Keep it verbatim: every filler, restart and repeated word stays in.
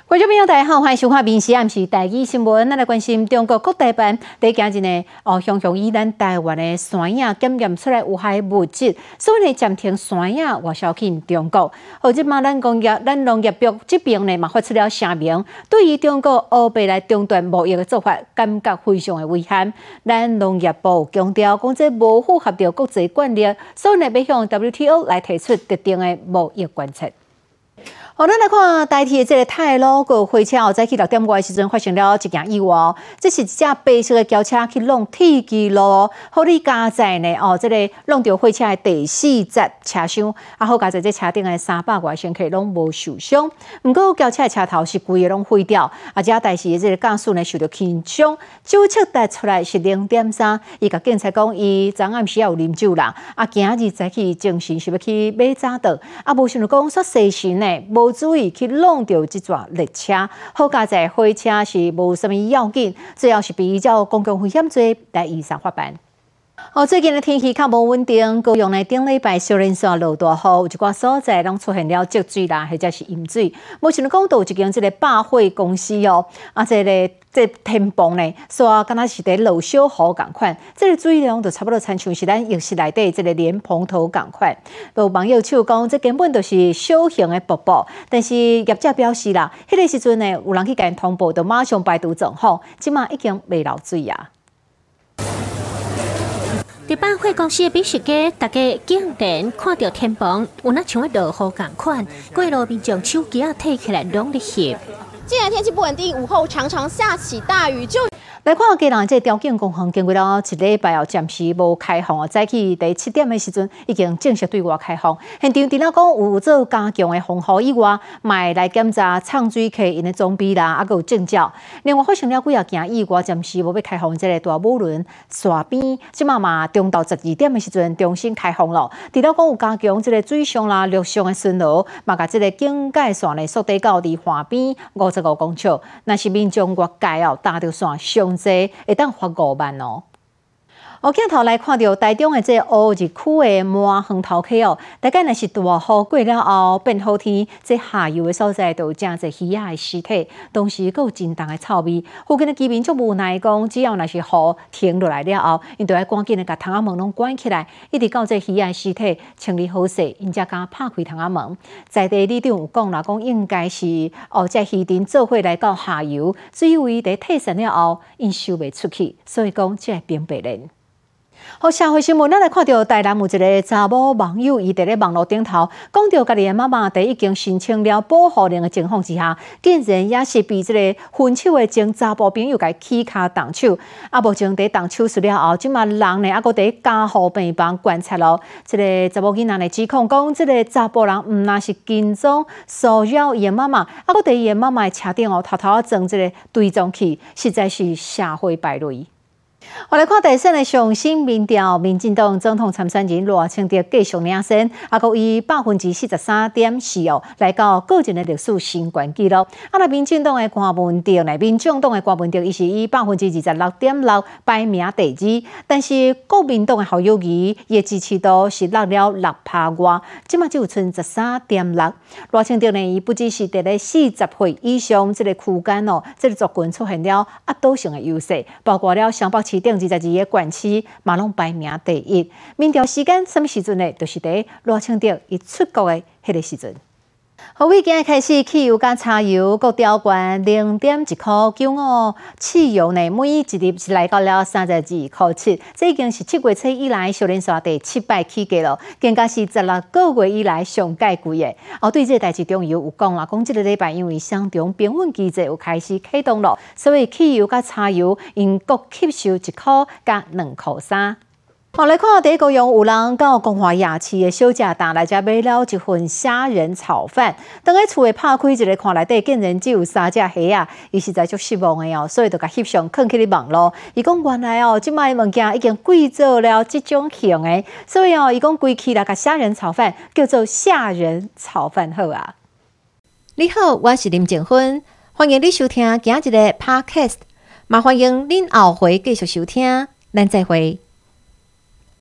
观众朋友大家好，欢迎收看《民视暗时台语新闻》。咱来关心中国国台办在今日呢，哦，向向以咱台湾的山野检验出来有害物质，所以呢暂停山野外销去中国。或者嘛，咱工业、咱农业部这边呢，嘛发出了声明，对于中国乌白来中断贸易的做法，感觉非常的危险。咱农业部强调，讲这无符合着国际惯例，所以呢要向 W T O 来提出特定的贸易观测。好，咱来看台铁的这个泰鲁阁火车后，早起六点外的时阵发生了一件意外，这是一架白色的轿车去弄铁轨路，好哩加载呢哦，这个弄到火车的第四节车厢，啊好加载这车顶的三百外乘客拢无受伤，不过轿车的车头是规个拢毁掉，啊这但是这个驾驶呢受到轻伤，酒测得出来是零点三，伊甲警察讲伊昨暗时有啉酒啦，啊今日早起精神是要去买早顿，啊无想到讲说细心呢无。注意去弄到这座列车，好加在火车是无什么要紧，主要是比较公共危险罪来依上发办。哦，最近的天气较无稳定，高雄呢顶礼拜小连续落大雨，有一寡所在拢出现了积水啦，或者是淹水。目前的讲到有一间这个百货公司哦，啊，这个这天棚呢，说敢若是在落小雨共款，这个水量就差不多亲像是咱浴室内底这个莲蓬头共款。有网友笑讲，这根本就是小型的瀑布，但是业者表示啦，迄、那个时阵呢，有人去甲因通报，就马上排除状况，即马已经未漏水啊。 伫百货公司的美食街，大家竟然看到天棚有那像落雨共款，过路民众手机啊摕起来拢咧翕。 既然天气不稳定，午后常常下起大雨，就来看基隆这条件工行经过了一礼拜后，暂时无开放哦。早起第七点的时阵，已经正式对外开放。现场除了讲有做加强的防护以外，嘛来检查畅水客因的装备啦，啊，还有证照。另外发生了几啊件意外，暂时无要开放这个大武仑线边，即嘛嘛中昼十二点的时阵重新开放了。除了讲有加强这个水上啦、陆上的巡逻，嘛甲这个警戒线的缩短到伫岸边五十五公尺。若是民众越界哦，搭着线上济会当罚五万哦。哦，镜头来看到台中的这乌日区的麻园头溪哦，大概若是大雨过了后变好天，这下游的所在都有真侪鱼仔的尸体，同时佫有真重的臭味。附近的居民足无奈讲，只要若是雨停落来了后，因就要赶紧的把窗仔门拢关起来，一直到这鱼仔的尸体清理好势，因才敢拍开窗仔门。在地里长有讲啦，讲应该是哦，这鱼群做伙来到下游，水位在退散了后，因收袂出去，所以讲这并不然。好，社会新闻，咱来看到台南有一个查某网友，伊伫咧网络顶头讲到家己的妈妈在已经申请了保护令的情况之下，竟然也是被这个分手的前查甫朋友给起骹动手。啊，目前伫动手术了后，即马人呢，还阁伫加护病房观察咯。这个查某囡仔的指控讲，这个查甫人毋但是跟踪骚扰伊的妈妈，还阁伫伊的妈妈的车顶哦，偷偷啊装这个追踪器，实在是社会败类。我来看第三个上新民调，民进党总统参选人罗清德继续领先，啊，佮以百分之四十三点四哦，来到个人的历史新高纪录。啊，那民进党的郭文哲呢，民众党的郭文哲，伊是以百分之二十六点六排名第二，但是国民党的侯友宜，伊的支持度是落了六趴外，即马只有剩十三点六。罗清德呢，伊不只是伫咧四十岁以上这个区间哦，这个族群出现了压倒性的优势，包括了湘北市顶二十二个县市，嘛拢排名第一。民调时间什么时阵呢？就是伫罗清德伊出国的迄个时阵。好，为今日开始，汽油加柴油各调悬零点一块九五，汽油呢每一日是来到了三十二块七，这已经是七月初以来小连续第七摆起价了，更加是十六个月以来上介贵的。哦，对这个代志中油有讲啦，讲这个礼拜因为双重平稳机制有开始启动了，所以汽油加柴油因各吸收一块加两块三。好，来看第一个用有人到光华夜市的小食档来遮买了一份虾仁炒饭，当喺厝诶拍开一个看内底，竟然只有三只虾啊！伊实在足失望的哦，所以就甲翕相放起咧网络。伊讲原来哦，即卖物件已经贵做了即种型诶，所以哦，伊讲规起来甲虾仁炒饭叫做虾仁炒饭好啊！你好，我是林静芬，欢迎你收听今日的 Podcast， 嘛欢迎恁后回继续收听，咱再会。